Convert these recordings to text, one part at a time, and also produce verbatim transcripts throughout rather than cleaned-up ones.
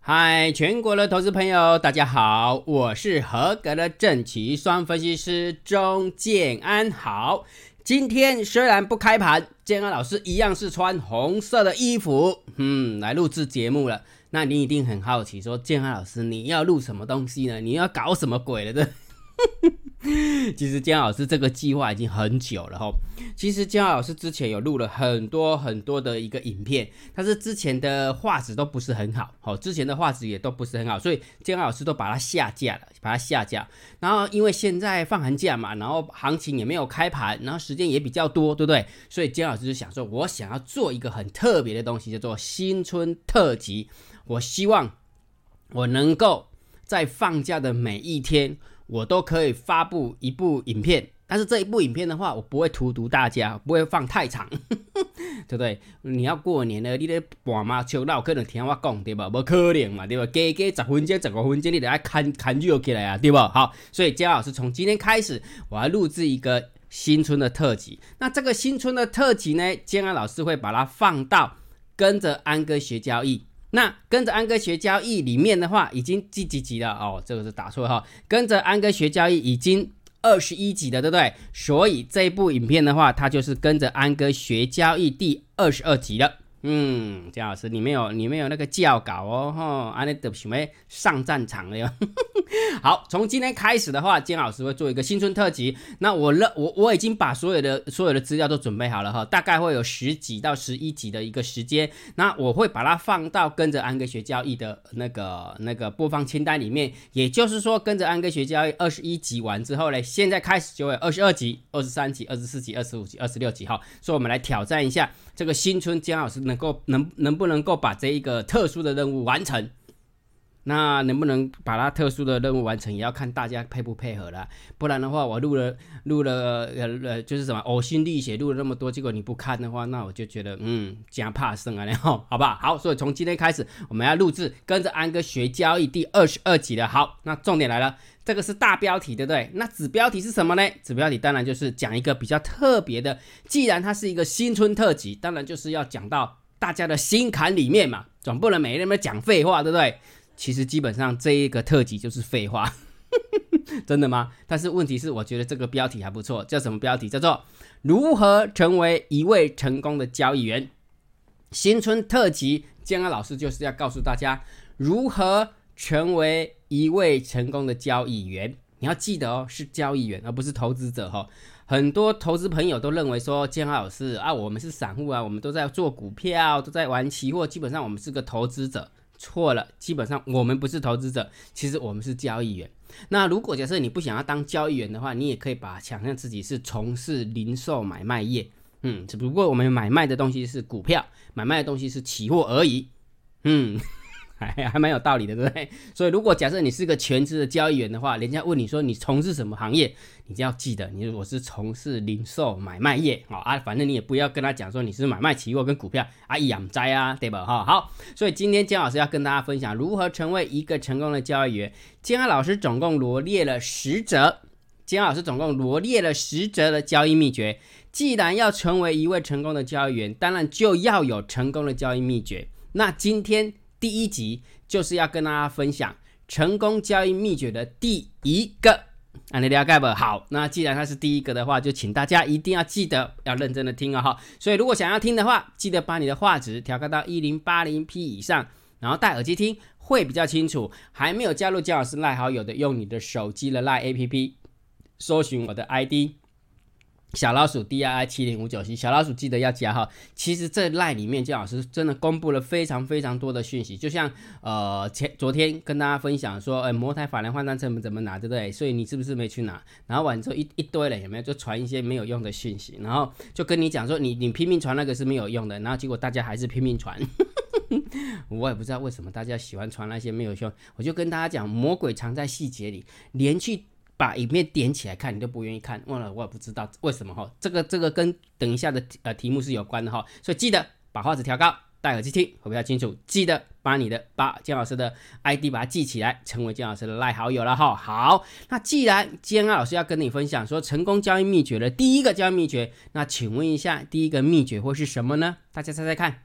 嗨，全国的投资朋友，大家好，我是合格的正奇双分析师钟建安。好，今天虽然不开盘，建安老师一样是穿红色的衣服，嗯，来录制节目了。那你一定很好奇，说建安老师你要录什么东西呢？你要搞什么鬼了？对。其实建安老师这个计划已经很久了齁。其实建安老师之前有录了很多很多的一个影片，但是之前的画质都不是很好齁，之前的画质也都不是很好，所以建安老师都把它下架了，把它下架。然后因为现在放寒假嘛，然后行情也没有开盘，然后时间也比较多，对不对？所以建安老师就想说，我想要做一个很特别的东西，叫做新春特辑。我希望我能够在放假的每一天，我都可以发布一部影片，但是这一部影片的话，我不会荼毒大家，不会放太长，对不对？你要过年了，你在半麻秋，那有可能听我讲，对吧？不可能嘛，对吧？加加十分钟、十五分钟，你得要看看热起来啊，对吧？好，所以建安老师从今天开始，我要录制一个新春的特辑。那这个新春的特辑呢，建安老师会把它放到跟着安哥学交易。那跟着安哥学交易里面的话，已经第几集了哦？这个是打错哈。跟着安哥学交易已经二十一集了，对不对？所以这一部影片的话，它就是跟着安哥学交易第二十二集了。嗯，姜老师，你没有你没有那个教稿哦，哈，安尼就想要上战场了哟。好，从今天开始的话，姜老师会做一个新春特辑。那我我我已经把所有的所有的资料都准备好了哈，大概会有十集到十一集的一个时间。那我会把它放到跟着安哥学交易的那个那个播放清单里面。也就是说，跟着安哥学交易二十一集完之后呢，现在开始就会有二十二集、二十三集、二十四集、二十五集、二十六集哈。所以我们来挑战一下这个新春姜老师能够能能不能够把这一个特殊的任务完成。那能不能把它特殊的任务完成，也要看大家配不配合啦。不然的话，我录了录了呃就是什么呕心沥血录了那么多，结果你不看的话，那我就觉得嗯加怕胜啊，然后好不好？好，所以从今天开始，我们要录制跟着安哥学交易第二十二集了。好，那重点来了，这个是大标题，对不对？那子标题是什么呢？子标题当然就是讲一个比较特别的，既然它是一个新春特辑，当然就是要讲到大家的心坎里面嘛，总不能每天都讲废话，对不对？其实基本上这一个特辑就是废话。真的吗？但是问题是，我觉得这个标题还不错，叫什么标题？叫做如何成为一位成功的交易员。新春特辑，建安老师就是要告诉大家如何成为一位成功的交易员。你要记得哦，是交易员而不是投资者哦。很多投资朋友都认为说，建安老师啊，我们是散户啊，我们都在做股票，都在玩期货，基本上我们是个投资者。错了，基本上我们不是投资者，其实我们是交易员。那如果假设你不想要当交易员的话，你也可以把想象自己是从事零售买卖业，嗯，只不过我们买卖的东西是股票，买卖的东西是期货而已，嗯。还, 还蛮有道理的，对不对？所以如果假设你是个全职的交易员的话，人家问你说你从事什么行业，你就要记得你我是从事零售买卖业、哦、啊，反正你也不要跟他讲说你是买卖期货跟股票啊，一样栽啊，对吧？哦、好，所以今天姜老师要跟大家分享如何成为一个成功的交易员。姜老师总共罗列了十则，姜老师总共罗列了十则的交易秘诀。既然要成为一位成功的交易员，当然就要有成功的交易秘诀。那今天第一集就是要跟大家分享成功交易秘诀的第一个，啊，你了解不？好，那既然它是第一个的话，就请大家一定要记得要认真的听哦。所以如果想要听的话，记得把你的画质调高到 一零八零 P 以上，然后戴耳机听会比较清楚。还没有加入姜老师 LINE 好友的，用你的手机的 LINE A P P 搜寻我的 I D小老鼠 D I I 七零五九七， 小老鼠记得要加哈。其实这 LINE 里面姜老师真的公布了非常非常多的讯息，就像呃前昨天跟大家分享说，呃摩台法人换单成本怎么拿，对不对？所以你是不是没去拿？然后完之后一一堆人有没有就传一些没有用的讯息，然后就跟你讲说你你拼命传那个是没有用的，然后结果大家还是拼命传。我也不知道为什么大家喜欢传那些没有用，我就跟大家讲，魔鬼藏在细节里，连去把影片点起来看你都不愿意看，忘了我也不知道为什么哈，这个这个跟等一下的呃题目是有关的哈，所以记得把画质调高，戴耳机听会比较清楚，记得把你的把姜老师的 I D 把它记起来，成为姜老师的 LINE 好友了哈。好，那既然姜老师要跟你分享说成功交易秘诀的第一个交易秘诀，那请问一下第一个秘诀会是什么呢？大家猜猜看，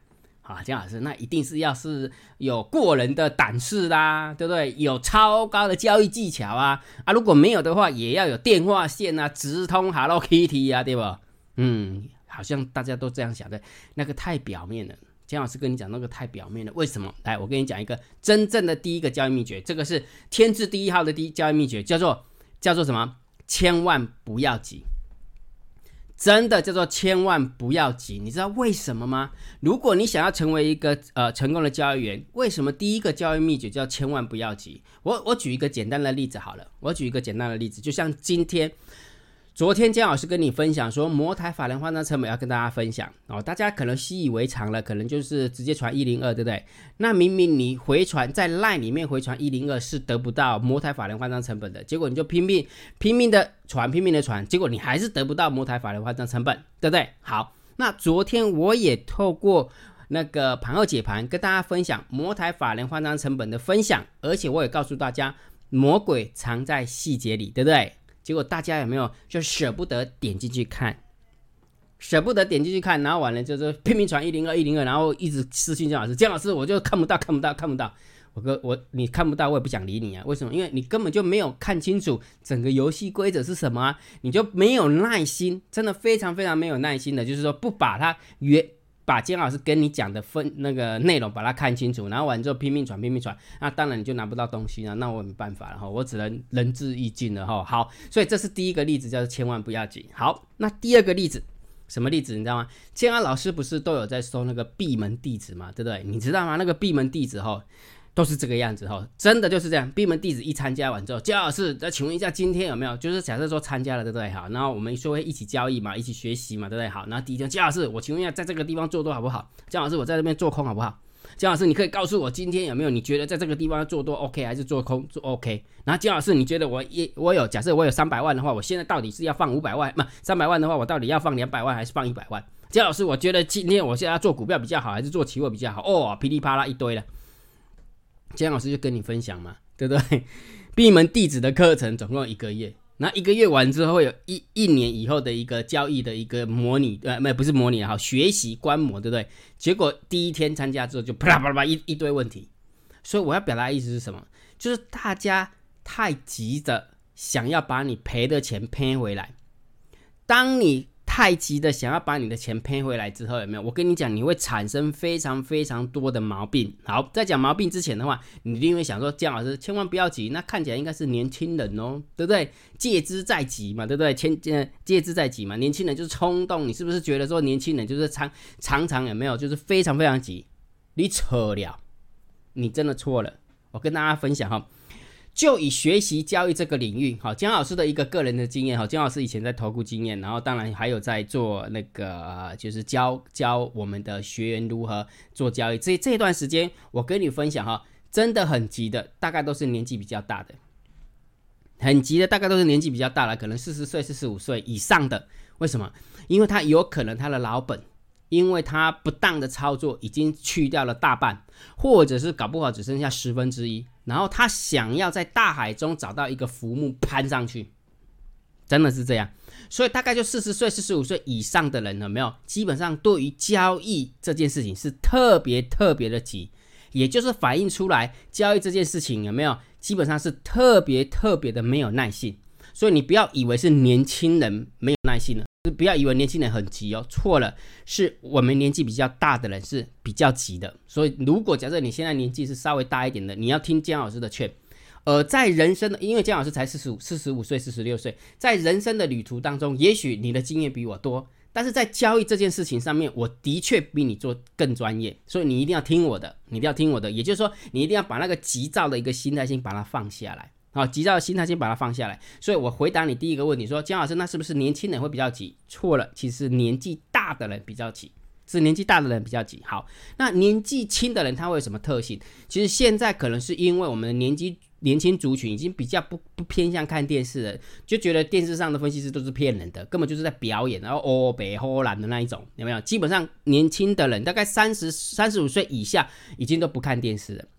啊，姜老师，那一定是要是有过人的胆识啦，对不对？有超高的交易技巧啊，啊，如果没有的话，也要有电话线啊，直通 Hello Kitty 啊，对吧？嗯，好像大家都这样想的，那个太表面了。姜老师跟你讲那个太表面了，为什么？来，我跟你讲一个真正的第一个交易秘诀，这个是天字第一号的第一交易秘诀，叫做叫做什么？千万不要急。真的叫做千万不要急，你知道为什么吗？如果你想要成为一个呃成功的交易员，为什么第一个交易秘诀叫千万不要急？我我举一个简单的例子好了，我举一个简单的例子，就像今天。昨天姜老师跟你分享说摩台法人换仓成本要跟大家分享哦，大家可能习以为常了，可能就是直接传一零二，对不对？那明明你回传在 LINE 里面回传一零二是得不到摩台法人换仓成本的，结果你就拼命拼命的传拼命的传，结果你还是得不到摩台法人换仓成本，对不对？好，那昨天我也透过那个盘后解盘跟大家分享摩台法人换仓成本的分享，而且我也告诉大家魔鬼藏在细节里，对不对？结果大家有没有就舍不得点进去看，舍不得点进去看，然后完了就是拼命传一零二一零二，然后一直私信姜老师，姜老师我就看不到看不到看不到，我哥我你看不到我也不想理你啊，为什么？因为你根本就没有看清楚整个游戏规则是什么啊，你就没有耐心，真的非常非常没有耐心的，就是说不把它约。把姜老师跟你讲的分那个内容把它看清楚，然后完之后拼命传拼命传，那当然你就拿不到东西了，那我没办法了，我只能仁至义尽了。好，所以这是第一个例子，叫做千万不要急。好，那第二个例子什么例子你知道吗？姜老师不是都有在收那个闭门弟子嘛，对不对？你知道吗？那个闭门弟子都是这个样子，真的就是这样。闭门弟子一参加完之后，姜老师再请问一下今天有没有，就是假设说参加了，对不对？好，然后我们说会一起交易嘛，一起学习嘛，对不对？好，然后第一天，姜老师我请问一下在这个地方做多好不好？姜老师我在这边做空好不好？姜老师你可以告诉我今天有没有你觉得在这个地方做多 OK 还是做空做 OK？ 然后姜老师你觉得我也我有假设我有三百万的话，我现在到底是要放五百万嘛？三百万的话我到底要放两百万还是放一百万？姜老师我觉得今天我现在要做股票比较好还是做期货比较好？哦，噼里啪啦一堆了。姜老师就跟你分享嘛，对不对？闭门弟子的课程总共一个月，那一个月完之后会有一一年以后的一个交易的一个模拟，呃，没不是模拟，好，学习观摩，对不对？结果第一天参加之后就啪啦啪啦一一堆问题，所以我要表达的意思是什么？就是大家太急着想要把你赔的钱赔回来，当你太急的想要把你的钱赔回来之后，有没有？我跟你讲，你会产生非常非常多的毛病。好，在讲毛病之前的话，你一定会想说，姜老师千万不要急，那看起来应该是年轻人哦，对不对？戒之在急嘛，对不对？千戒之在急嘛，年轻人就是冲动，你是不是觉得说年轻人就是常常常有没有就是非常非常急？你扯了，你真的错了。我跟大家分享哈。就以学习交易这个领域，好，姜老师的一个个人的经验，好，姜老师以前在投顾经验，然后当然还有在做那个、呃、就是教教我们的学员如何做交易。这这段时间我跟你分享哈，真的很急的，大概都是年纪比较大的，很急的大概都是年纪比较大的，可能四十岁、四十五岁以上的。为什么？因为他有可能他的老本。因为他不当的操作已经去掉了大半，或者是搞不好只剩下十分之一，然后他想要在大海中找到一个浮木攀上去，真的是这样。所以大概就四十岁、四十五岁以上的人有没有？基本上对于交易这件事情是特别特别的急，也就是反映出来交易这件事情有没有？基本上是特别特别的没有耐性。所以你不要以为是年轻人没有耐性了。不要以为年轻人很急哦，错了，是我们年纪比较大的人是比较急的。所以如果假设你现在年纪是稍微大一点的，你要听姜老师的劝。呃，在人生的，因为姜老师才四十五、四十五岁、四十六岁，在人生的旅途当中，也许你的经验比我多，但是在交易这件事情上面，我的确比你做更专业，所以你一定要听我的，你一定要听我的。也就是说，你一定要把那个急躁的一个心态先把它放下来。好，急躁的心态先把它放下来。所以我回答你第一个问题说，姜老师那是不是年轻人会比较急？错了，其实年纪大的人比较急，是年纪大的人比较急。好，那年纪轻的人他会有什么特性？其实现在可能是因为我们的年纪年轻族群已经比较不不偏向看电视了，就觉得电视上的分析师都是骗人的，根本就是在表演，然后欧北欧蓝的那一种，有没有？基本上年轻的人大概三十、三十五岁以下已经都不看电视了。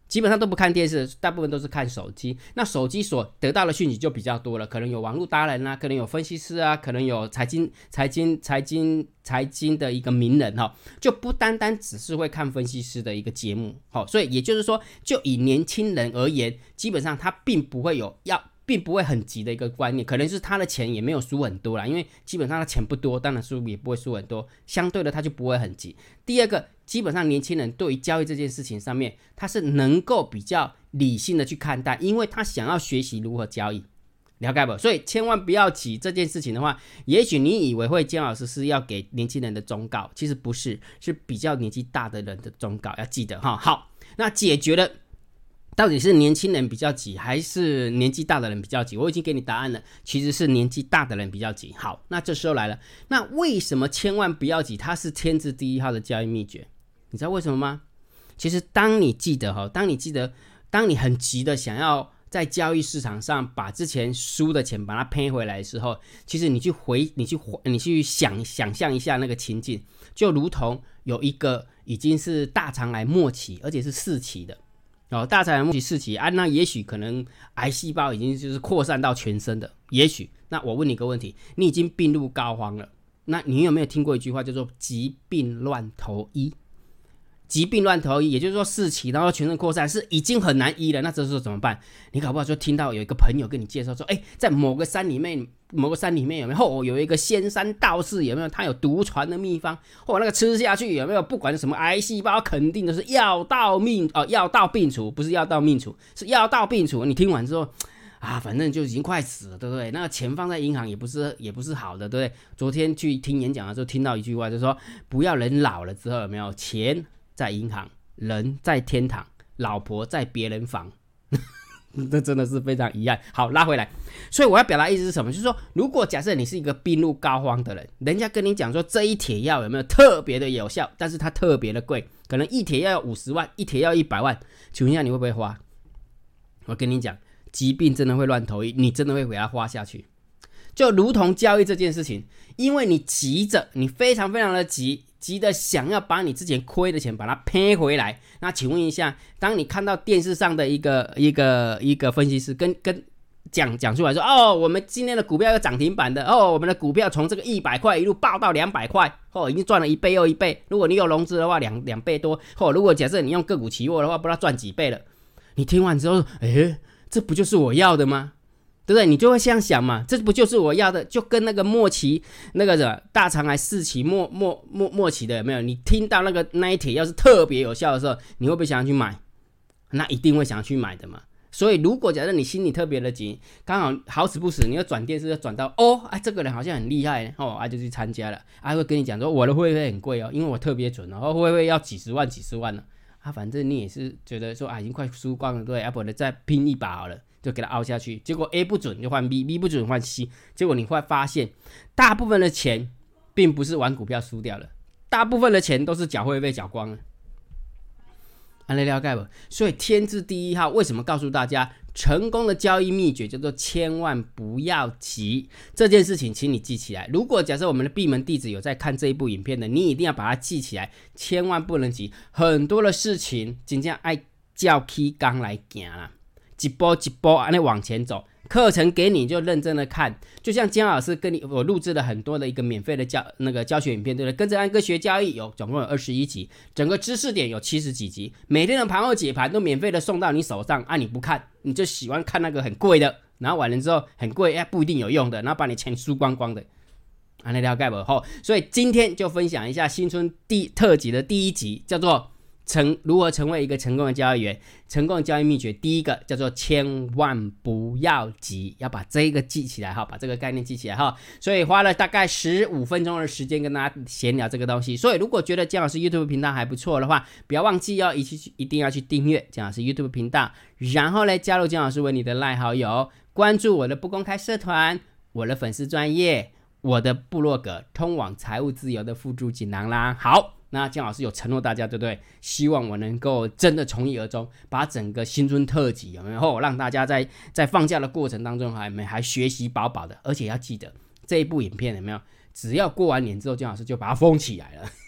基本上都不看电视，大部分都是看手机。那手机所得到的讯息就比较多了，可能有网络达人啊，可能有分析师啊，可能有财经、财经、财经、财经的一个名人哈、哦，就不单单只是会看分析师的一个节目。好、哦，所以也就是说，就以年轻人而言，基本上他并不会有要。并不会很急的一个观念，可能是他的钱也没有输很多啦，因为基本上他钱不多，当然输也不会输很多，相对的他就不会很急。第二个，基本上年轻人对于交易这件事情上面，他是能够比较理性的去看待，因为他想要学习如何交易，了解不？所以千万不要急这件事情的话，也许你以为会姜老师是要给年轻人的忠告，其实不是，是比较年纪大的人的忠告，要记得哈。好，那解决了。到底是年轻人比较急，还是年纪大的人比较急？我已经给你答案了，其实是年纪大的人比较急。好，那这时候来了，那为什么千万不要急？它是天字第一号的交易秘诀，你知道为什么吗？其实当你记得哈，当你记得，当你很急的想要在交易市场上把之前输的钱把它赔回来的时候，其实你去回，你去你去想想象一下那个情境，就如同有一个已经是大肠癌末期，而且是四期的。哦，大肠癌末期四期啊，那也许可能癌细胞已经就是扩散到全身的，也许。那我问你一个问题，你已经病入膏肓了，那你有没有听过一句话叫做疾病乱投医？疾病乱投医，也就是说四期，然后全身扩散是已经很难医了，那这时候怎么办？你搞不好就听到有一个朋友跟你介绍说，哎，在某个山里面，某个山里面有没有？哦，有一个仙山道士，有没有？他有独传的秘方，哦，那个吃下去有没有？不管是什么癌细胞，肯定都是药到命哦，药到病除，不是药到命除，是药到病除。你听完之后。啊，反正就已经快死了，对不对？那个钱放在银行也不是也不是好的，对不对？昨天去听演讲的时候，听到一句话，就是说，不要人老了之后有没有钱在银行，人在天堂，老婆在别人房，这真的是非常遗憾。好，拉回来，所以我要表达意思是什么？就是说，如果假设你是一个病入膏肓的人，人家跟你讲说这一帖药有没有特别的有效，但是它特别的贵，可能一帖药要五十万，一帖药一百万，请问一下你会不会花？我跟你讲。疾病真的会乱投医，你真的会给它花下去，就如同交易这件事情，因为你急着，你非常非常的急，急的想要把你之前亏的钱把它赔回来。那请问一下，当你看到电视上的一个一个一个分析师跟跟讲讲出来说，哦，我们今天的股票有涨停板的，哦，我们的股票从这个一百块一路爆到两百块，哦，已经赚了一倍又一倍。如果你有融资的话，两两倍多，哦，如果假设你用个股期货的话，不知道赚几倍了。你听完之后，诶。这不就是我要的吗？对不对？你就会这样想嘛，这不就是我要的？就跟那个末期那个什么大肠癌四期末末末末期的有没有？你听到那个那一帖要是特别有效的时候，你会不会想要去买？那一定会想要去买的嘛。所以如果假设你心里特别的急，刚好好死不死，你要转电视要转到哦，哎，这个人好像很厉害哦，啊就去参加了，啊会跟你讲说我的会费很贵哦，因为我特别准哦，会费要几十万几十万呢。啊，反正你也是觉得说啊，已经快输光了，对，要不然再拼一把好了，就给它凹下去。结果 A 不准就换 B，B 不准换 C， 结果你会发现，大部分的钱并不是玩股票输掉了，大部分的钱都是缴会费缴光了。安利了解不？所以天字第一号为什么告诉大家成功的交易秘诀叫做千万不要急这件事情，请你记起来。如果假设我们的闭门弟子有在看这一部影片的，你一定要把它记起来，千万不能急。很多的事情真正爱照起纲来行啦，一步一步安尼往前走。课程给你就认真的看，就像姜老师跟你我录制了很多的一个免费的教那个教学影片，对不对？跟着安哥学交易有总共有二十一集，整个知识点有七十几集，每天的盘后解盘都免费的送到你手上啊！你不看，你就喜欢看那个很贵的，然后完了之后很贵，哎，不一定有用的，然后把你钱输光光的。啊，那了解不？吼，所以今天就分享一下新春第特辑的第一集，叫做。成如何成为一个成功的交易员？成功的交易秘诀，第一个叫做千万不要急，要把这个记起来哈，把这个概念记起来哈。所以花了大概十五分钟的时间跟大家闲聊这个东西。所以如果觉得姜老师 YouTube 频道还不错的话，不要忘记哦，一起一定要去订阅姜老师 YouTube 频道，然后呢加入姜老师为你的 LINE 好友，关注我的不公开社团，我的粉丝专页，我的部落格，通往财务自由的付诸锦囊啦。好。那姜老师有承诺大家，对不对？希望我能够真的从一而终，把整个新春特辑有没有让大家在在放假的过程当中还没还学习饱饱的，而且要记得这一部影片有没有？只要过完年之后，姜老师就把它封起来了。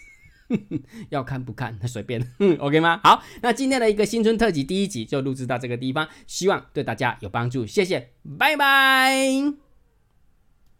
要看不看随便OK 吗？好，那今天的一个新春特辑第一集就录制到这个地方，希望对大家有帮助，谢谢，拜拜。